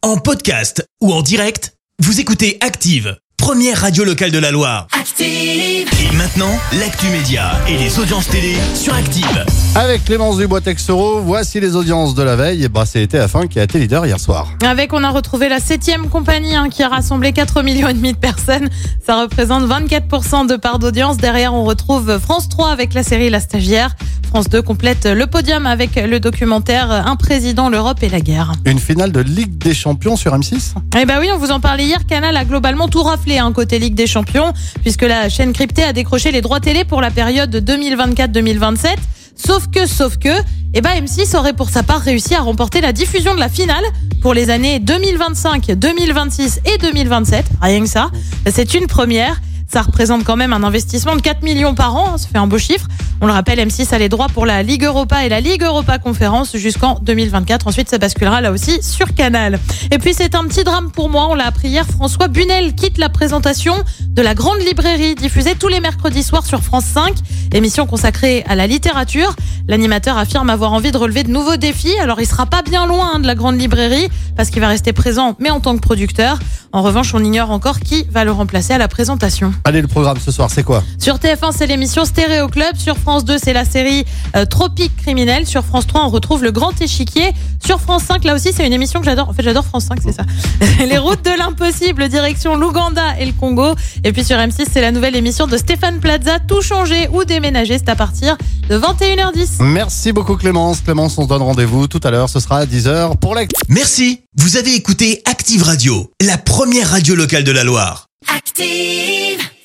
En podcast ou en direct, vous écoutez Active, première radio locale de la Loire. Active! Et maintenant, l'actu média et les audiences télé sur Active. Avec Clémence Dubois-Texoro, voici les audiences de la veille. C'est TF1 qui a été leader hier soir. On a retrouvé la 7e compagnie qui a rassemblé 4,5 millions de personnes. Ça représente 24% de part d'audience. Derrière, on retrouve France 3 avec la série La Stagiaire. France 2 complète le podium avec le documentaire Un président, l'Europe et la guerre. Une finale de Ligue des Champions sur M6 ? Eh ben oui, on vous en parlait hier. Canal a globalement tout raflé côté Ligue des Champions, puisque la chaîne cryptée a décroché les droits télé pour la période 2024-2027. Sauf que, M6 aurait pour sa part réussi à remporter la diffusion de la finale pour les années 2025, 2026 et 2027. Rien que ça. C'est une première. Ça représente quand même un investissement de 4 millions par an. Ça fait un beau chiffre. On le rappelle, M6 a les droits pour la Ligue Europa et la Ligue Europa Conférence jusqu'en 2024. Ensuite, ça basculera là aussi sur Canal. Et puis, c'est un petit drame pour moi. On l'a appris hier. François Bunel quitte la présentation de La Grande Librairie, diffusée tous les mercredis soirs sur France 5. Émission consacrée à la littérature. L'animateur affirme avoir envie de relever de nouveaux défis. Alors, il sera pas bien loin de La Grande Librairie parce qu'il va rester présent, mais en tant que producteur. En revanche, on ignore encore qui va le remplacer à la présentation. Allez, le programme ce soir, c'est quoi ? Sur TF1, c'est l'émission Stéréo Club. Sur France 2, c'est la série Tropique criminel. Sur France 3, on retrouve Le Grand Échiquier. Sur France 5, là aussi, c'est une émission que j'adore. En fait, j'adore France 5, c'est ça. Les routes de l'impossible, direction l'Ouganda et le Congo. Et puis sur M6, c'est la nouvelle émission de Stéphane Plaza, Tout changer ou déménager. C'est à partir de 21h10. Merci beaucoup Clémence. Clémence, on se donne rendez-vous tout à l'heure. Ce sera à 10h pour l'actu. Merci. Vous avez écouté Active Radio, la première radio locale de la Loire. Active!